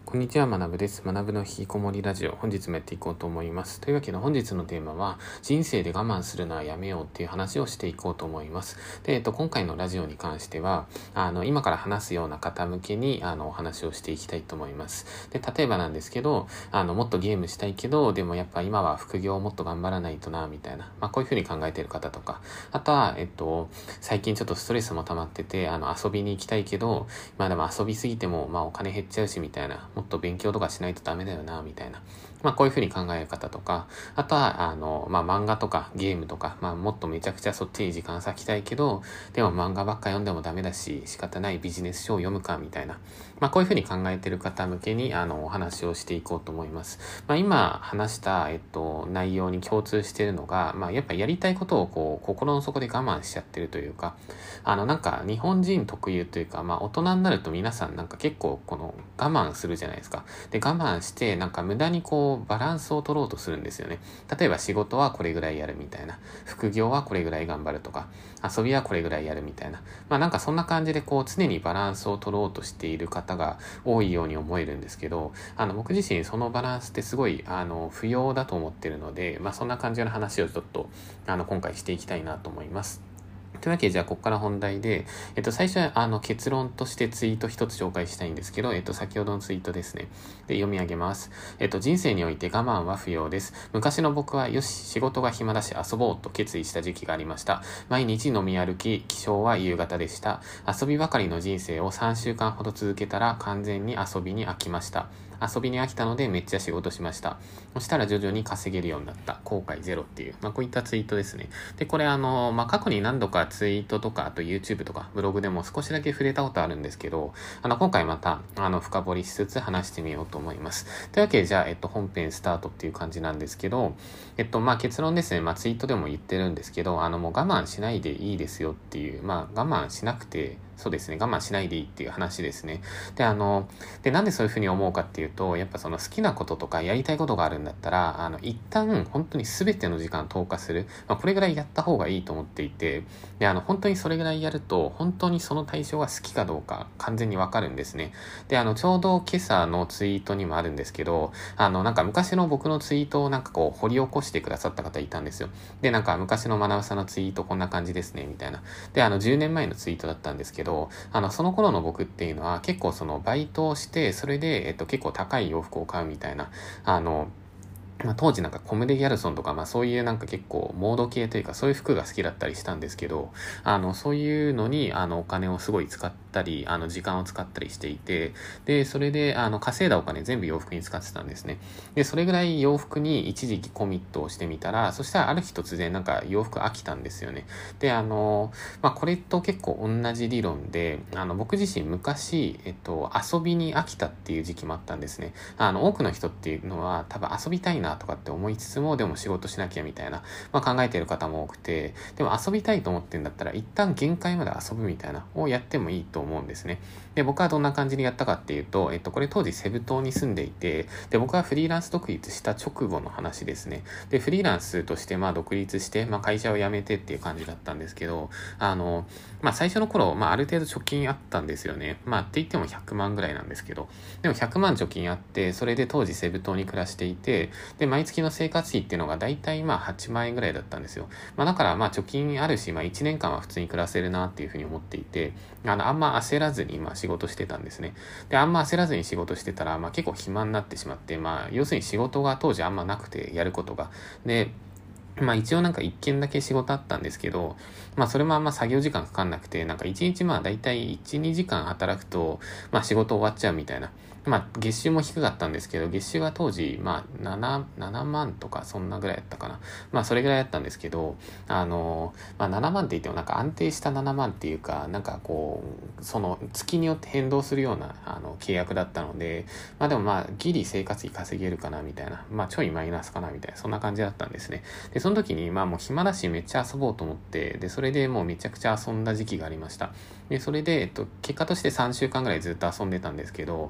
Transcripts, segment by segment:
こんにちは、学部です。学部の引きこもりラジオ、本日もやっていこうと思います。というわけで本日のテーマは、人生で我慢するのはやめようっていう話をしていこうと思います。で、今回のラジオに関しては、今から話すような方向けに、お話をしていきたいと思います。で、例えばなんですけど、もっとゲームしたいけど、でもやっぱ今は副業をもっと頑張らないとな、みたいな、こういうふうに考えている方とか、あとは、最近ちょっとストレスも溜まってて、遊びに行きたいけど、でも遊びすぎても、お金減っちゃうし、みたいな、もっと勉強とかしないとダメだよな、みたいな。こういうふうに考える方とか、あとは、漫画とかゲームとか、もっとめちゃくちゃそっちに時間割きたいけど、でも漫画ばっか読んでもダメだし、仕方ないビジネス書を読むか、みたいな。こういうふうに考えている方向けに、お話をしていこうと思います。今話した、内容に共通しているのが、やっぱやりたいことをこう、心の底で我慢しちゃってるというか、なんか日本人特有というか、大人になると皆さんなんか結構この我慢するじゃないですか。で、我慢して、なんか無駄にこう、バランスを取ろうとするんですよね。例えば仕事はこれぐらいやるみたいな。副業はこれぐらい頑張るとか、遊びはこれぐらいやるみたいな。なんかそんな感じでこう、常にバランスを取ろうとしている方が多いように思えるんですけど、僕自身そのバランスってすごい、不要だと思ってるので、そんな感じの話をちょっと、今回していきたいなと思います。というわけで、じゃあ、ここから本題で、最初は、結論としてツイート一つ紹介したいんですけど、先ほどのツイートですね。で、読み上げます。人生において我慢は不要です。昔の僕は、よし、仕事が暇だし遊ぼうと決意した時期がありました。毎日飲み歩き、起床は夕方でした。遊びばかりの人生を3週間ほど続けたら、完全に遊びに飽きました。遊びに飽きたのでめっちゃ仕事しました。そしたら徐々に稼げるようになった。後悔ゼロっていう、こういったツイートですね。で、これ過去に何度かツイートとか、あと YouTube とかブログでも少しだけ触れたことあるんですけど、今回また、深掘りしつつ話してみようと思います。というわけで、じゃあ、本編スタートっていう感じなんですけど、結論ですね。ツイートでも言ってるんですけど、もう我慢しないでいいですよっていう、我慢しなくて、そうですね。我慢しないでいいっていう話ですね。で、なんでそういうふうに思うかっていうと、やっぱその好きなこととかやりたいことがあるんだったら、一旦本当に全ての時間を投下する。これぐらいやった方がいいと思っていて、で、本当にそれぐらいやると、本当にその対象が好きかどうか完全にわかるんですね。で、ちょうど今朝のツイートにもあるんですけど、なんか昔の僕のツイートをなんかこう掘り起こしてくださった方いたんですよ。で、なんか昔の学さんのツイートこんな感じですね、みたいな。で、10年前のツイートだったんですけど、その頃の僕っていうのは結構そのバイトをして、それで、結構高い洋服を買うみたいな、当時なんかコムデ・ギャルソンとか、そういうなんか結構モード系というかそういう服が好きだったりしたんですけど、そういうのに、お金をすごい使ったり、時間を使ったりしていて、で、それで、稼いだお金全部洋服に使ってたんですね。で、それぐらい洋服に一時期コミットをしてみたら、そしたらある日突然なんか洋服飽きたんですよね。で、これと結構同じ理論で、僕自身昔、遊びに飽きたっていう時期もあったんですね。多くの人っていうのは多分遊びたいなとかって思いつつも、でも仕事しなきゃみたいな、考えてる方も多くて、でも遊びたいと思ってんだったら一旦限界まで遊ぶみたいなをやってもいいと思うんですね。で、僕はどんな感じにやったかっていうと、これ当時セブ島に住んでいて、で、僕はフリーランス独立した直後の話ですね。で、フリーランスとして独立して、会社を辞めてっていう感じだったんですけど、最初の頃、ある程度貯金あったんですよね。って言っても100万ぐらいなんですけど、でも100万貯金あって、それで当時セブ島に暮らしていて、で、毎月の生活費っていうのがだいたい8万円ぐらいだったんですよ。だから貯金あるし、1年間は普通に暮らせるなっていうふうに思っていて、あんま焦らずに仕事してたんですね。で、あんま焦らずに仕事してたら、結構暇になってしまって、要するに仕事が当時あんまなくてやることが。で、一応なんか一件だけ仕事あったんですけど、それもあんま作業時間かかんなくて、なんか一日だいたい1、2時間働くと、仕事終わっちゃうみたいな。月収も低かったんですけど、月収が当時、7万とかそんなぐらいだったかな。それぐらいだったんですけど、7万って言ってもなんか安定した7万っていうか、なんかこう、その月によって変動するような、契約だったので、でもギリ生活費稼げるかなみたいな。ちょいマイナスかなみたいな、そんな感じだったんですね。で、その時に、もう暇だしめっちゃ遊ぼうと思って、で、それでもうめちゃくちゃ遊んだ時期がありました。で、それで、結果として3週間ぐらいずっと遊んでたんですけど、本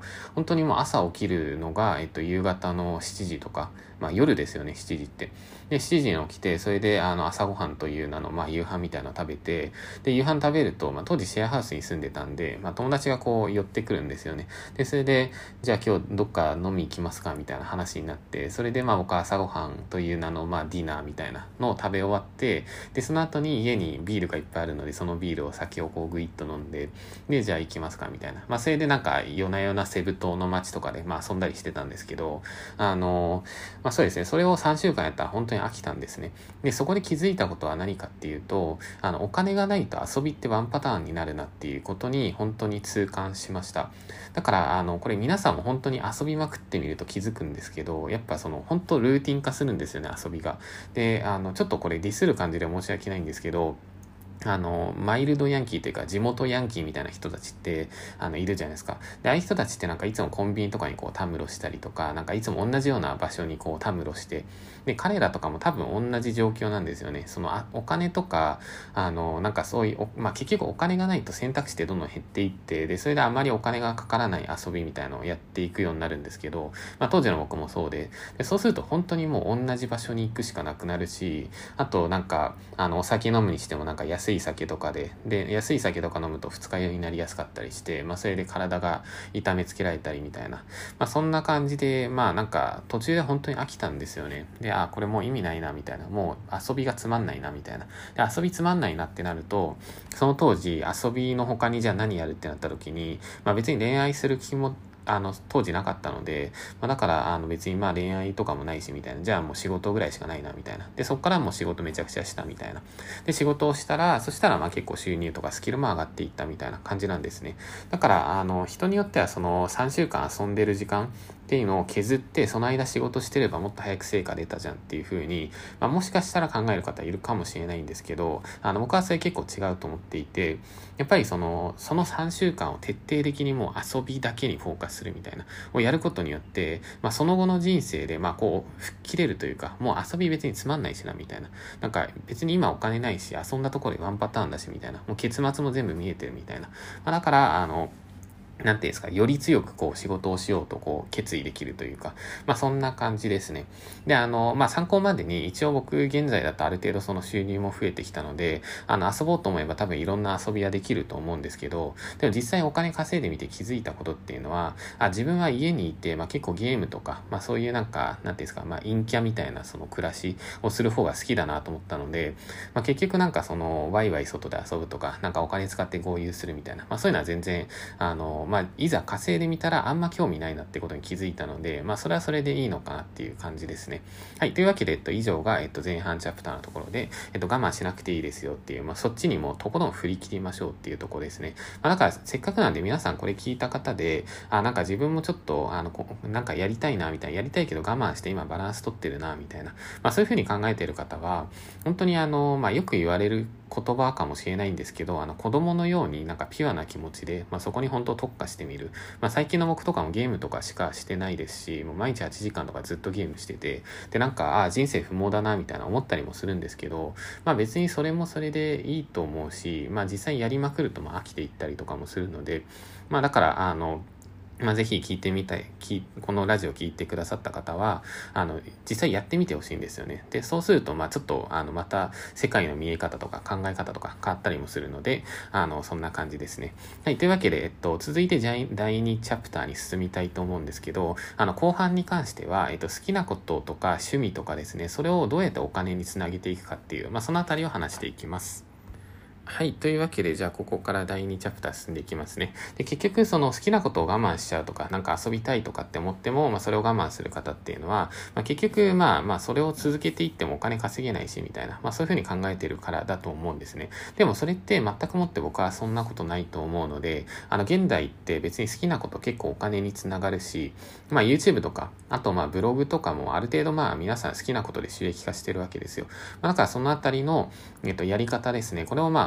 当にもう朝起きるのが、夕方の7時とか、夜ですよね、7時って。で、7時に起きて、それで、朝ごはんという名の、夕飯みたいなのを食べて、で、夕飯食べると、当時シェアハウスに住んでたんで、友達がこう寄ってくるんですよね。で、それで、じゃあ今日どっか飲み行きますかみたいな話になって、それで僕は朝ごはんという名の、ディナーみたいなのを食べ終わって、で、その後に家にビールがいっぱいあるので、そのビールを酒をこうグイッと飲んで、で、じゃあ行きますかみたいな。それで夜な夜なセブ島の街とかで、遊んだりしてたんですけど、そうですね、それを3週間やったら本当に飽きたんですね。で、そこで気づいたことは何かっていうと、お金がないと遊びってワンパターンになるなっていうことに本当に痛感しました。だから、これ皆さんも本当に遊びまくってみると気づくんですけど、やっぱ本当ルーティン化するんですよね、遊びが。で、ちょっとこれディスる感じで申し訳ないんですけど、マイルドヤンキーというか地元ヤンキーみたいな人たちって、いるじゃないですか。で、ああいう人たちっていつもコンビニとかにこうたむろしたりとか、いつも同じような場所にこうたむろして、で、彼らとかも多分同じ状況なんですよね。お金とか、そういう、結局お金がないと選択肢ってどんどん減っていって、で、それであまりお金がかからない遊びみたいなのをやっていくようになるんですけど、当時の僕もそうで、そうすると本当にもう同じ場所に行くしかなくなるし、あとお酒飲むにしても安い酒とかで、安い酒とか飲むと二日酔いになりやすかったりして、それで体が痛めつけられたりみたいな。そんな感じで、途中で本当に飽きたんですよね。で、これもう意味ないな、みたいな。もう遊びがつまんないな、みたいな。で、遊びつまんないなってなると、その当時遊びの他にじゃあ何やるってなった時に、別に恋愛する気も当時なかったので、だから、別に恋愛とかもないし、みたいな。じゃあもう仕事ぐらいしかないな、みたいな。で、そっからもう仕事めちゃくちゃした、みたいな。で、仕事をしたら、そしたら結構収入とかスキルも上がっていったみたいな感じなんですね。だから、人によってはその3週間遊んでる時間っていうのを削って、その間仕事してればもっと早く成果出たじゃんっていう風に、もしかしたら考える方いるかもしれないんですけど、僕はそれ結構違うと思っていて、やっぱりその3週間を徹底的にもう遊びだけにフォーカスするみたいな、をやることによって、その後の人生で、こう、吹っ切れるというか、もう遊び別につまんないしな、みたいな。別に今お金ないし、遊んだところでワンパターンだし、みたいな。もう結末も全部見えてるみたいな。だから、なんていうんですか、より強くこう仕事をしようとこう決意できるというか、そんな感じですね。で、参考までに一応僕現在だとある程度その収入も増えてきたので、遊ぼうと思えば多分いろんな遊びはできると思うんですけど、でも実際お金稼いでみて気づいたことっていうのは、自分は家にいて、結構ゲームとか、そういうなんていうんですか、陰キャみたいなその暮らしをする方が好きだなと思ったので、結局ワイワイ外で遊ぶとか、お金使って豪遊するみたいな、そういうのは全然、いざ稼いでみたらあんま興味ないなってことに気づいたので、それはそれでいいのかなっていう感じですね。はい。というわけで、以上が、前半チャプターのところで、我慢しなくていいですよっていう、そっちにもとことん振り切りましょうっていうところですね。だから、せっかくなんで皆さんこれ聞いた方で、自分もちょっと、やりたいな、みたいな、やりたいけど我慢して今バランス取ってるな、みたいな。そういうふうに考えている方は、本当によく言われる言葉かもしれないんですけど、子供のようにピュアな気持ちで、そこに本当特化してみる。最近の僕とかもゲームとかしかしてないですし、もう毎日8時間とかずっとゲームしてて、で、人生不毛だな、みたいな思ったりもするんですけど、別にそれもそれでいいと思うし、実際やりまくると飽きていったりとかもするので、だから、ぜひ聞いてみたい、このラジオ聞いてくださった方は、実際やってみてほしいんですよね。で、そうすると、ちょっと、また、世界の見え方とか考え方とか変わったりもするので、そんな感じですね。はい、というわけで、続いて第2チャプターに進みたいと思うんですけど、後半に関しては、好きなこととか趣味とかですね、それをどうやってお金につなげていくかっていう、そのあたりを話していきます。はい。というわけで、じゃあここから第2チャプター進んでいきますね。で、結局その好きなことを我慢しちゃうとか、遊びたいとかって思っても、それを我慢する方っていうのは、結局それを続けていってもお金稼げないし、みたいな、そういうふうに考えてるからだと思うんですね。でもそれって全くもって僕はそんなことないと思うので、現代って別に好きなこと結構お金につながるし、YouTube とか、あとブログとかもある程度皆さん好きなことで収益化してるわけですよ。だからそのあたりの、やり方ですね。これを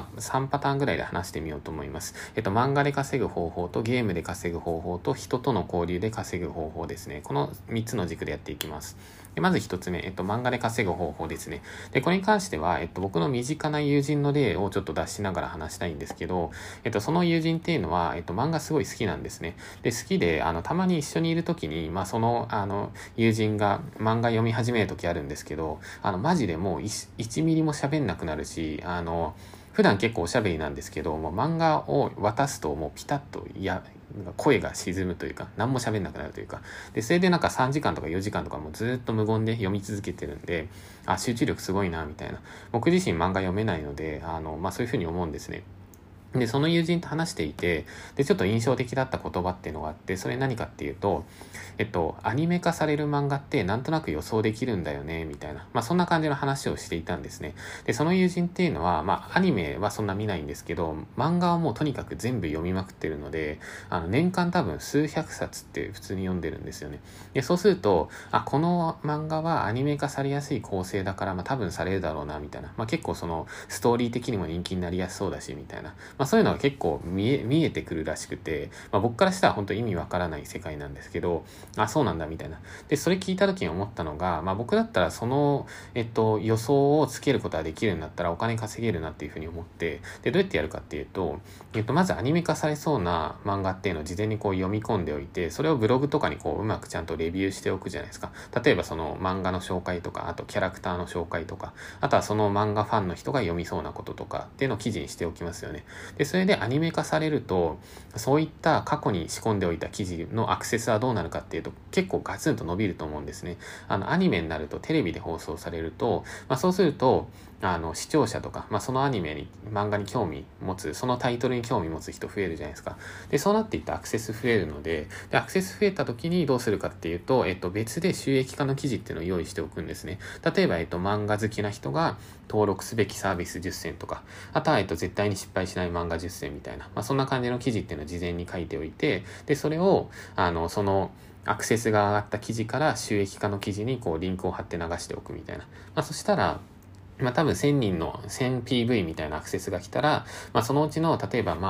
3パターンぐらいで話してみようと思います。漫画で稼ぐ方法とゲームで稼ぐ方法と人との交流で稼ぐ方法ですね。この3つの軸でやっていきます。でまず1つ目、漫画で稼ぐ方法ですね。で、これに関しては、僕の身近な友人の例をちょっと出しながら話したいんですけど、その友人っていうのは、漫画すごい好きなんですね。で、好きで、たまに一緒にいるときに、その、友人が漫画読み始めるときあるんですけど、マジでもう1ミリも喋んなくなるし、普段結構おしゃべりなんですけど、もう漫画を渡すともうピタッと声が沈むというか、何も喋んなくなるというか、で、それでなんか3時間とか4時間とかもずっと無言で読み続けてるんで、集中力すごいな、みたいな。僕自身漫画読めないので、そういうふうに思うんですね。で、その友人と話していて、で、ちょっと印象的だった言葉っていうのがあって、それ何かっていうと、アニメ化される漫画ってなんとなく予想できるんだよね、みたいな。そんな感じの話をしていたんですね。で、その友人っていうのは、アニメはそんな見ないんですけど、漫画はもうとにかく全部読みまくってるので、年間多分数百冊って普通に読んでるんですよね。で、そうすると、この漫画はアニメ化されやすい構成だから、多分されるだろうな、みたいな。結構その、ストーリー的にも人気になりやすそうだし、みたいな。そういうのが結構見えてくるらしくて、僕からしたら本当意味わからない世界なんですけど、そうなんだみたいな。で、それ聞いた時に思ったのが、僕だったらその、予想をつけることができるんだったらお金稼げるなっていうふうに思って、で、どうやってやるかっていうと、まずアニメ化されそうな漫画っていうのを事前にこう読み込んでおいて、それをブログとかにこううまくちゃんとレビューしておくじゃないですか。例えばその漫画の紹介とか、あとキャラクターの紹介とか、あとはその漫画ファンの人が読みそうなこととかっていうのを記事にしておきますよね。で、それでアニメ化されると、そういった過去に仕込んでおいた記事のアクセスはどうなるかっていうと、結構ガツンと伸びると思うんですね。アニメになるとテレビで放送されると、そうすると、視聴者とか、そのアニメに、漫画に興味持つ、そのタイトルに興味持つ人増えるじゃないですか。で、そうなっていったアクセス増えるので、アクセス増えた時にどうするかっていうと、別で収益化の記事っていうのを用意しておくんですね。例えば、漫画好きな人が登録すべきサービス10選とか、あとは、絶対に失敗しない漫画10選みたいな、そんな感じの記事っていうのを事前に書いておいて、で、それを、その、アクセスが上がった記事から収益化の記事にこうリンクを貼って流しておくみたいな。そしたら、多分1000人の 1000PV みたいなアクセスが来たら、そのうちの、例えば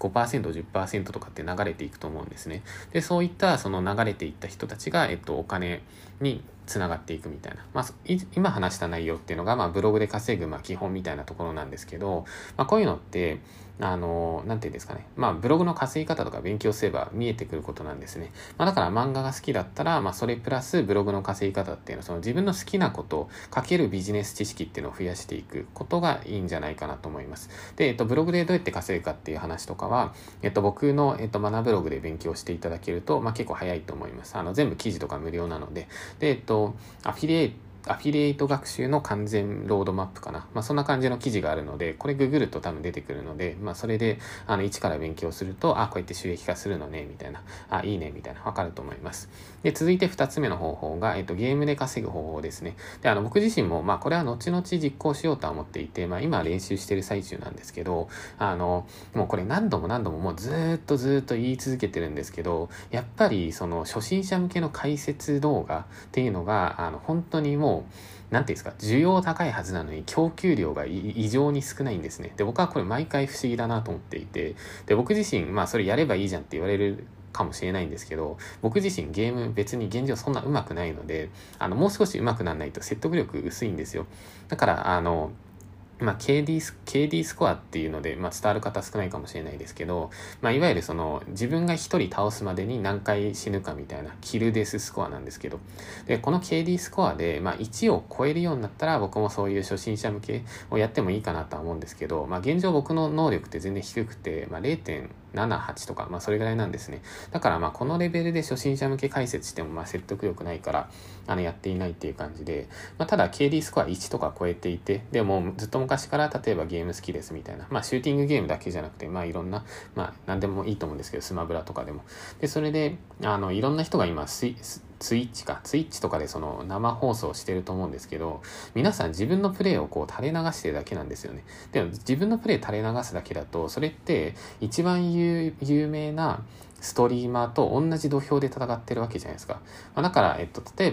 5%、10% とかって流れていくと思うんですね。で、そういったその流れていった人たちが、お金につながっていくみたいな。今話した内容っていうのが、ブログで稼ぐ、基本みたいなところなんですけど、こういうのって、なんていうんですかね。ブログの稼ぎ方とか勉強すれば見えてくることなんですね。だから漫画が好きだったら、それプラスブログの稼ぎ方っていうのは、その自分の好きなこと、かけるビジネス知識っていうのを増やしていくことがいいんじゃないかなと思います。で、ブログでどうやって稼ぐかっていう話とかは、僕の、マナブログで勉強していただけると、結構早いと思います。全部記事とか無料なので。で、アフィリエイト学習の完全ロードマップかな。そんな感じの記事があるので、これググると多分出てくるので、それで、一から勉強すると、こうやって収益化するのね、みたいな。いいね、みたいな。わかると思います。で、続いて二つ目の方法が、ゲームで稼ぐ方法ですね。で、僕自身も、これは後々実行しようとは思っていて、今練習してる最中なんですけど、もうこれ何度ももうずっと言い続けてるんですけど、やっぱりその初心者向けの解説動画っていうのが、本当にもう、なんていうんですか、需要高いはずなのに供給量が異常に少ないんですね。で、僕はこれ毎回不思議だなと思っていて、で、僕自身、それやればいいじゃんって言われるかもしれないんですけど、僕自身ゲーム別に現状そんな上手くないので、もう少し上手くならないと説得力薄いんですよ。だから、KD スコアっていうので、伝わる方少ないかもしれないですけど、いわゆるその、自分が一人倒すまでに何回死ぬかみたいな、キルデススコアなんですけど、で、この KD スコアで、1を超えるようになったら、僕もそういう初心者向けをやってもいいかなとは思うんですけど、現状僕の能力って全然低くて、0.78とか、それぐらいなんですね。だからこのレベルで初心者向け解説しても説得力ないから、やっていないっていう感じで、ただ KD スコア1とか超えていて、でもずっと昔から例えばゲーム好きですみたいな、シューティングゲームだけじゃなくて、いろんな、何でもいいと思うんですけど、スマブラとかでも。で、それで、いろんな人が今、ツイッチとかでその生放送してると思うんですけど、皆さん自分のプレイをこう垂れ流してるだけなんですよね。でも自分のプレイ垂れ流すだけだと、それって一番有名なストリーマーと同じ土俵で戦ってるわけじゃないですか。だから、例えば、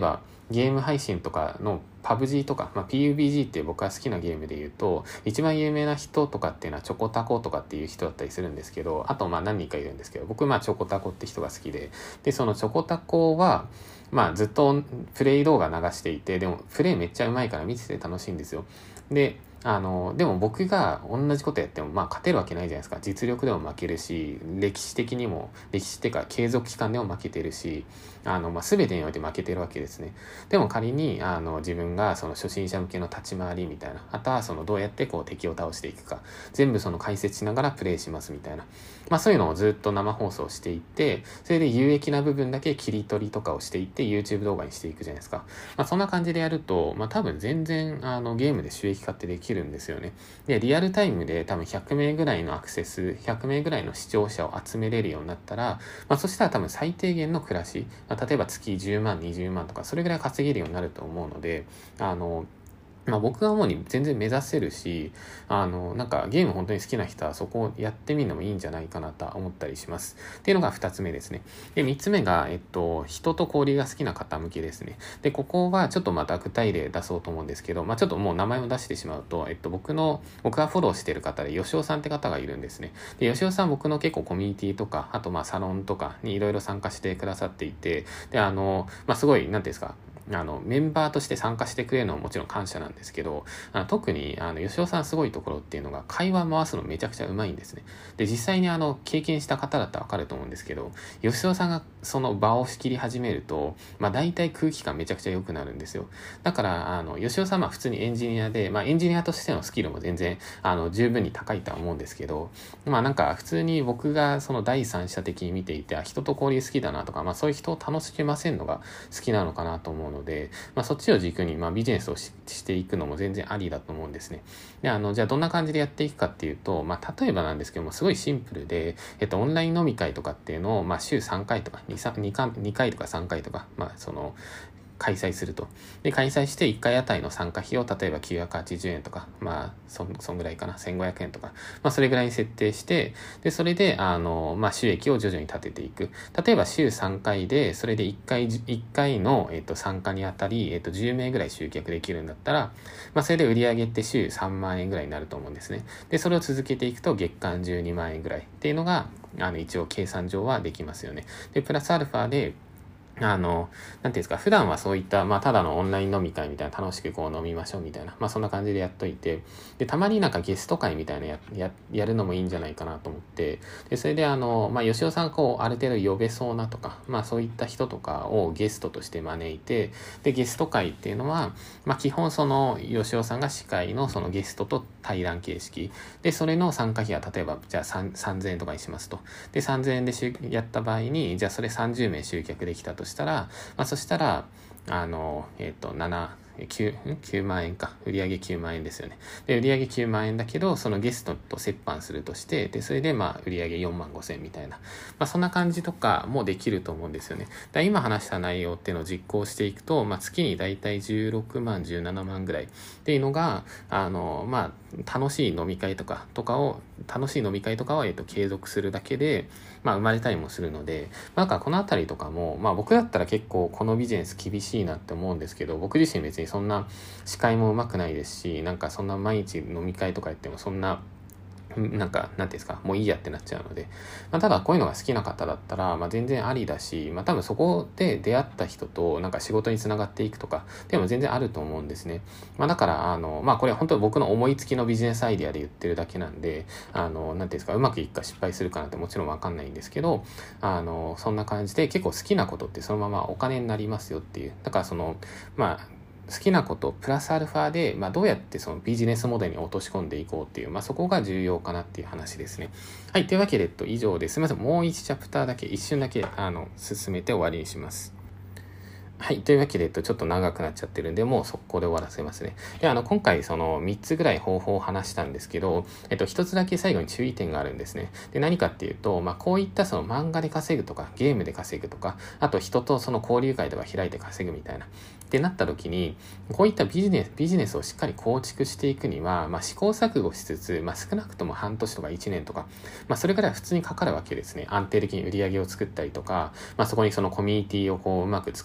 ゲーム配信とかのパブ G とか、PUBG って僕は好きなゲームで言うと、一番有名な人とかっていうのはチョコタコとかっていう人だったりするんですけど、あと何人かいるんですけど、僕チョコタコって人が好きで、そのチョコタコは、ずっとプレイ動画流していて、でもプレイめっちゃうまいから見てて楽しいんですよ。でも僕が同じことやっても勝てるわけないじゃないですか。実力でも負けるし、歴史っていうか継続期間でも負けてるし、全てにおいて負けてるわけですね。でも仮に自分がその初心者向けの立ち回りみたいな、あとはそのどうやって敵を倒していくか、全部その解説しながらプレイしますみたいな、そういうのをずっと生放送していって、それで有益な部分だけ切り取りとかをしていって YouTube 動画にしていくじゃないですか。そんな感じでやると、多分全然ゲームで収益化ってできるんですよね。で、リアルタイムで多分100名ぐらいのアクセス、100名ぐらいの視聴者を集めれるようになったら、そしたら多分最低限の暮らし、例えば月10万、20万とか、それぐらい稼げるようになると思うので、僕が主に全然目指せるし、ゲーム本当に好きな人はそこをやってみるのもいいんじゃないかなと思ったりします。っていうのが2つ目ですね。で、3つ目が、人と交流が好きな方向けですね。で、ここはちょっとまた具体例出そうと思うんですけど、ちょっともう名前を出してしまうと、僕がフォローしている方で、吉尾さんって方がいるんですね。で、吉尾さん僕の結構コミュニティとか、あとサロンとかにいろいろ参加してくださっていて、で、すごい、なんていうんですか、メンバーとして参加してくれるのももちろん感謝なんですけど、特に吉尾さんすごいところっていうのが会話回すのめちゃくちゃうまいんですね。で、実際に経験した方だったらわかると思うんですけど、吉尾さんがその場を仕切り始めると、大体空気感めちゃくちゃ良くなるんですよ。だから吉尾さんは普通にエンジニアで、エンジニアとしてのスキルも全然十分に高いとは思うんですけど、普通に僕がその第三者的に見ていて、人と交流好きだなとか、そういう人を楽しませるのが好きなのかなと思うので、そっちを軸にビジネスをしていくのも全然ありだと思うんですね。で、じゃあどんな感じでやっていくかっていうと、例えばなんですけども、すごいシンプルで、オンライン飲み会とかっていうのを、週3回とか2回とか3回とか、開催すると。で、開催して1回あたりの参加費を例えば980円とか、そんぐらいかな、1500円とか、それぐらいに設定して、で、それで、収益を徐々に立てていく。例えば週3回で、それで1回の、参加にあたり、10名ぐらい集客できるんだったら、それで売り上げって週3万円ぐらいになると思うんですね。で、それを続けていくと月間12万円ぐらいっていうのが、一応計算上はできますよね。で、プラスアルファで、なんていうんですか、普段はそういった、ただのオンライン飲み会みたいな、楽しく飲みましょうみたいな、そんな感じでやっといて、で、たまにゲスト会みたいなやるのもいいんじゃないかなと思って、で、それで吉尾さんある程度呼べそうなとか、そういった人とかをゲストとして招いて、で、ゲスト会っていうのは、基本吉尾さんが司会のそのゲストと対談形式、で、それの参加費は例えば、じゃあ3000円とかにしますと。で、3000円でやった場合に、じゃあそれ30名集客できたとしたら、そしたら、9万円か。売上9万円ですよね。で、売上9万円だけど、そのゲストと折半するとして、で、それで売上4万5千みたいな。そんな感じとかもできると思うんですよね。今話した内容っていうのを実行していくと、月にだいたい16万、17万ぐらいっていうのが、楽しい飲み会とかを、継続するだけで、生まれたりもするので、このあたりとかも、僕だったら結構このビジネス厳しいなって思うんですけど、僕自身別にそんな司会もうまくないですし、そんな毎日飲み会とかやってもそんな、なんていうんですか、もういいやってなっちゃうので、ただこういうのが好きな方だったら、全然ありだし、多分そこで出会った人と仕事につながっていくとかでも全然あると思うんですね。だからこれは本当に僕の思いつきのビジネスアイデアで言ってるだけなんで、なんていうんですか、うまくいくか失敗するかなんてもちろんわかんないんですけど、そんな感じで結構好きなことってそのままお金になりますよっていう。だから好きなことプラスアルファで、どうやってそのビジネスモデルに落とし込んでいこうっていう、そこが重要かなっていう話ですね。はい。というわけで、以上です。すみません。もう1チャプターだけ、一瞬だけ、進めて終わりにします。はい。というわけで、ちょっと長くなっちゃってるんで、もう速攻で終わらせますね。で、今回、3つぐらい方法を話したんですけど、1つだけ最後に注意点があるんですね。で、何かっていうと、こういった漫画で稼ぐとか、ゲームで稼ぐとか、あと人と交流会とか開いて稼ぐみたいな。ってなった時に、こういったビジネスをしっかり構築していくには、試行錯誤しつつ、少なくとも半年とか1年とか、それぐらい普通にかかるわけですね。安定的に売り上げを作ったりとか、そこにそのコミュニティをうまく作っていくみ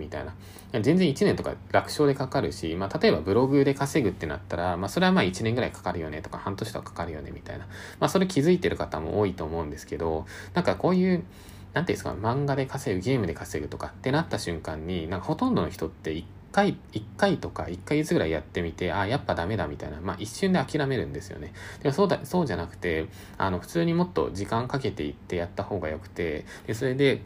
みたいな。全然1年とか楽勝でかかるし、例えばブログで稼ぐってなったら、それは1年ぐらいかかるよねとか、半年とかかかるよねみたいな。それ気づいてる方も多いと思うんですけど、なんかこういう、なんていうんですか、漫画で稼ぐ、ゲームで稼ぐとかってなった瞬間に、なんかほとんどの人って1回とか1ヶ月ぐらいやってみて、やっぱダメだみたいな、一瞬で諦めるんですよね。でもそうじゃなくて、普通にもっと時間かけていってやった方がよくて、で、それで、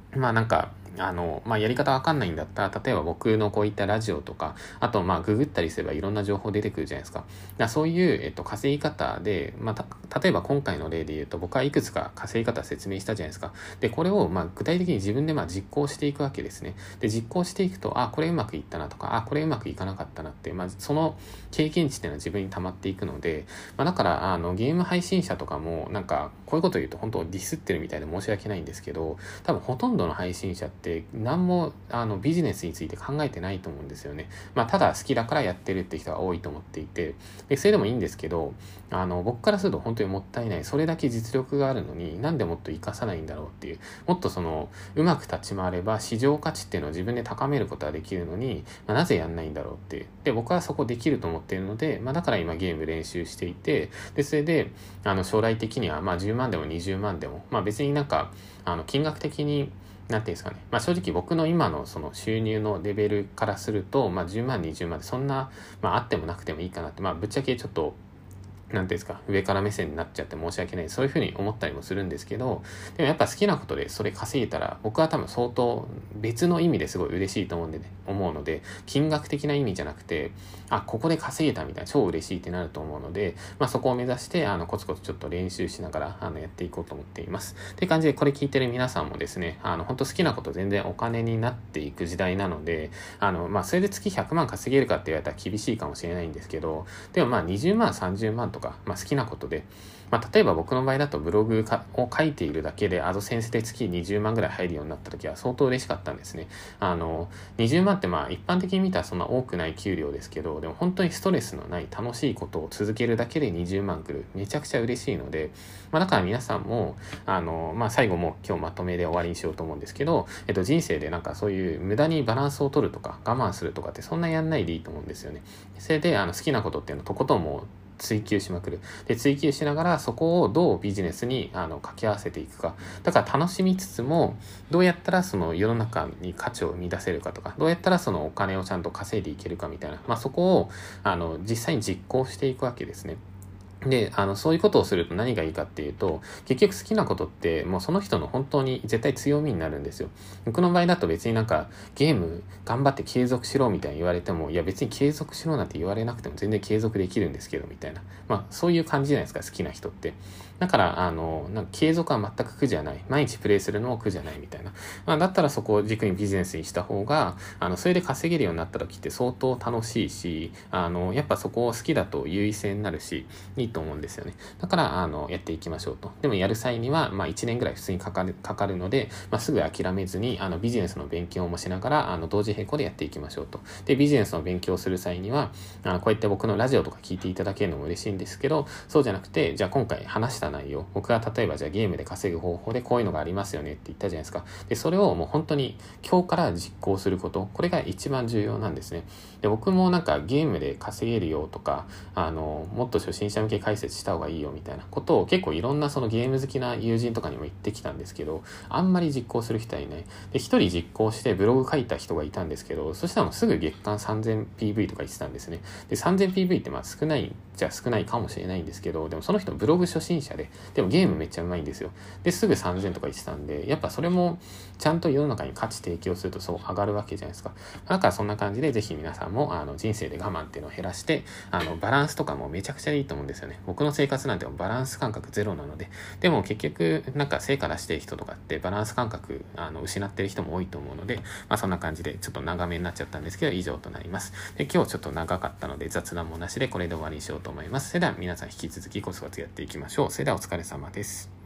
やり方わかんないんだったら、例えば僕のこういったラジオとか、あと、ググったりすればいろんな情報出てくるじゃないですか。だからそういう、稼ぎ方で、例えば今回の例で言うと、僕はいくつか稼ぎ方説明したじゃないですか。で、これを、具体的に自分で実行していくわけですね。で、実行していくと、これうまくいったなとか、これうまくいかなかったなって、その経験値っていうのは自分に溜まっていくので、だから、ゲーム配信者とかも、なんか、こういうこと言うと本当ディスってるみたいで申し訳ないんですけど、多分ほとんどの配信者って何もビジネスについて考えてないと思うんですよね。ただ好きだからやってるって人が多いと思っていて、でそれでもいいんですけど、僕からすると本当にもったいない。それだけ実力があるのになんでもっと活かさないんだろうっていう、もっとうまく立ち回れば市場価値っていうのを自分で高めることができるのに、なぜやんないんだろうっていう。で、僕はそこできると思っているので、だから今ゲーム練習していて、でそれで将来的には10万でも20万でも、別になんか金額的になんていうんですかね。正直僕の今のその収入のレベルからすると、10万、20万でそんな、あってもなくてもいいかなって、ぶっちゃけちょっと、なんていうんですか、上から目線になっちゃって申し訳ない。そういうふうに思ったりもするんですけど、でもやっぱ好きなことでそれ稼げたら、僕は多分相当別の意味ですごい嬉しいと思うので、金額的な意味じゃなくて、ここで稼げたみたいな超嬉しいってなると思うので、そこを目指して、コツコツちょっと練習しながら、やっていこうと思っています。って感じで、これ聞いてる皆さんもですね、本当好きなこと全然お金になっていく時代なので、それで月100万稼げるかって言われたら厳しいかもしれないんですけど、でも20万、30万とか、好きなことで、例えば僕の場合だとブログを書いているだけでアドセンスで月20万ぐらい入るようになった時は相当嬉しかったんですね。20万って一般的に見たらそんな多くない給料ですけど、でも本当にストレスのない楽しいことを続けるだけで20万くる。めちゃくちゃ嬉しいので、だから皆さんも、最後も今日まとめで終わりにしようと思うんですけど、人生でなんかそういう無駄にバランスを取るとか我慢するとかってそんなやんないでいいと思うんですよね。それで好きなことっていうのをとことんもう追求しまくる。で、追求しながらそこをどうビジネスに掛け合わせていくか。だから楽しみつつも、どうやったらその世の中に価値を生み出せるかとか、どうやったらそのお金をちゃんと稼いでいけるかみたいな、そこを実際に実行していくわけですね。で、そういうことをすると何がいいかっていうと、結局好きなことってもうその人の本当に絶対強みになるんですよ。僕の場合だと別になんかゲーム頑張って継続しろみたいに言われても、いや別に継続しろなんて言われなくても全然継続できるんですけどみたいな。そういう感じじゃないですか、好きな人って。だから、なんか継続は全く苦じゃない。毎日プレイするのも苦じゃないみたいな。だったらそこを軸にビジネスにした方が、それで稼げるようになった時って相当楽しいし、やっぱそこを好きだと優位性になるし、いいと思うんですよね。だから、やっていきましょうと。でもやる際には、1年ぐらい普通にかかるので、すぐ諦めずに、ビジネスの勉強もしながら、同時並行でやっていきましょうと。で、ビジネスの勉強をする際には、こうやって僕のラジオとか聞いていただけるのも嬉しいんですけど、そうじゃなくて、じゃあ今回話した内容、僕が例えばじゃあゲームで稼ぐ方法でこういうのがありますよねって言ったじゃないですか。で、それをもう本当に今日から実行すること、これが一番重要なんですね。で、僕もなんかゲームで稼げるよとか、もっと初心者向け解説した方がいいよみたいなことを結構いろんなそのゲーム好きな友人とかにも言ってきたんですけど、あんまり実行する人はいない。で、一人実行してブログ書いた人がいたんですけど、そしたらもうすぐ月間 3000PV とか言ってたんですね。で、3000PV って少ないじゃ少ないかもしれないんですけど、でもその人ブログ初心者でもゲームめっちゃうまいんですよ。で、すぐ3000とか言ってたんで、やっぱそれもちゃんと世の中に価値提供するとそう上がるわけじゃないですか。だからそんな感じでぜひ皆さんも人生で我慢っていうのを減らして、バランスとかもめちゃくちゃいいと思うんですよね。僕の生活なんてバランス感覚ゼロなので、でも結局なんか成果出してる人とかってバランス感覚失ってる人も多いと思うので、そんな感じでちょっと長めになっちゃったんですけど、以上となります。で、今日ちょっと長かったので雑談もなしでこれで終わりにしようと思います。それでは皆さん引き続きコツコツやっていきましょう。それではお疲れ様です。